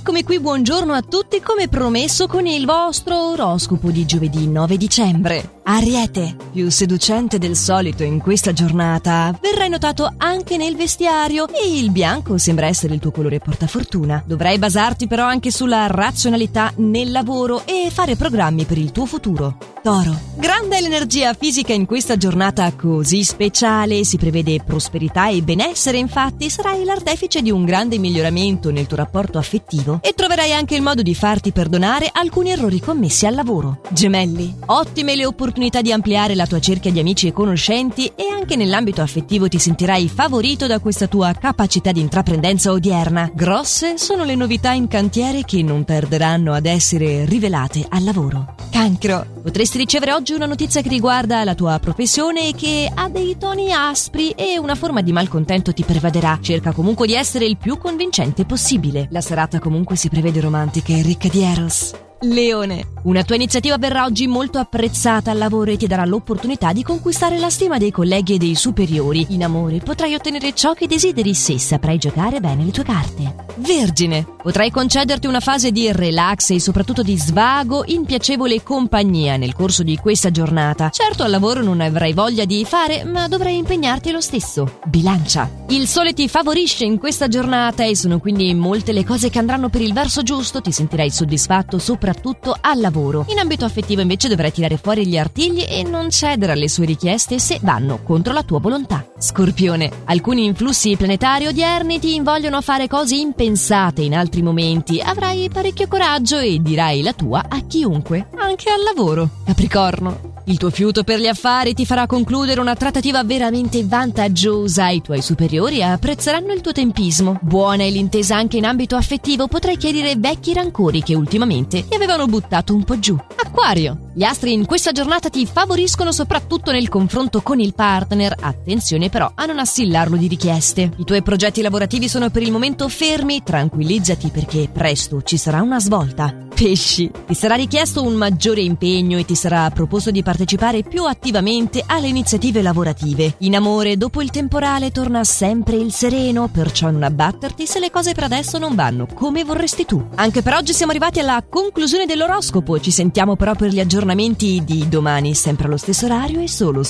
Eccomi qui, buongiorno a tutti, come promesso con il vostro oroscopo di giovedì 9 dicembre. Ariete, più seducente del solito in questa giornata, verrai notato anche nel vestiario e il bianco sembra essere il tuo colore portafortuna. Dovrai basarti però anche sulla razionalità nel lavoro e fare programmi per il tuo futuro. Toro, grande è l'energia fisica in questa giornata così speciale, si prevede prosperità e benessere, infatti sarai l'artefice di un grande miglioramento nel tuo rapporto affettivo e troverai anche il modo di farti perdonare alcuni errori commessi al lavoro. Gemelli, ottime le opportunità di ampliare la tua cerchia di amici e conoscenti e anche nell'ambito affettivo ti sentirai favorito da questa tua capacità di intraprendenza odierna. Grosse sono le novità in cantiere che non tarderanno ad essere rivelate al lavoro. Cancro, potresti ricevere oggi una notizia che riguarda la tua professione e che ha dei toni aspri e una forma di malcontento ti prevaderà. Cerca comunque di essere il più convincente possibile. La serata comunque si prevede romantica e ricca di eros. Leone, una tua iniziativa verrà oggi molto apprezzata al lavoro e ti darà l'opportunità di conquistare la stima dei colleghi e dei superiori. In amore potrai ottenere ciò che desideri se saprai giocare bene le tue carte. Vergine, potrai concederti una fase di relax e soprattutto di svago in piacevole compagnia nel corso di questa giornata. Certo, al lavoro non avrai voglia di fare, ma dovrai impegnarti lo stesso. Bilancia, il sole ti favorisce in questa giornata e sono quindi molte le cose che andranno per il verso giusto. Ti sentirai soddisfatto soprattutto al lavoro. In ambito affettivo invece dovrai tirare fuori gli artigli e non cedere alle sue richieste se vanno contro la tua volontà. Scorpione, alcuni influssi planetari odierni ti invogliono a fare cose impensate in altri momenti. Avrai parecchio coraggio e dirai la tua a chiunque, anche al lavoro. Capricorno, il tuo fiuto per gli affari ti farà concludere una trattativa veramente vantaggiosa. I tuoi superiori apprezzeranno il tuo tempismo. Buona è l'intesa anche in ambito affettivo. Potrai chiarire vecchi rancori che ultimamente ti avevano buttato un po' giù. Acquario, gli astri in questa giornata ti favoriscono soprattutto nel confronto con il partner. Attenzione però a non assillarlo di richieste. I tuoi progetti lavorativi sono per il momento fermi. Tranquillizzati perché presto ci sarà una svolta. Pesci, ti sarà richiesto un maggiore impegno e ti sarà proposto di partecipare più attivamente alle iniziative lavorative. In amore, dopo il temporale torna sempre il sereno, perciò non abbatterti se le cose per adesso non vanno come vorresti tu. Anche per oggi siamo arrivati alla conclusione dell'oroscopo. Ci sentiamo però per gli aggiornamenti di domani, sempre allo stesso orario e solo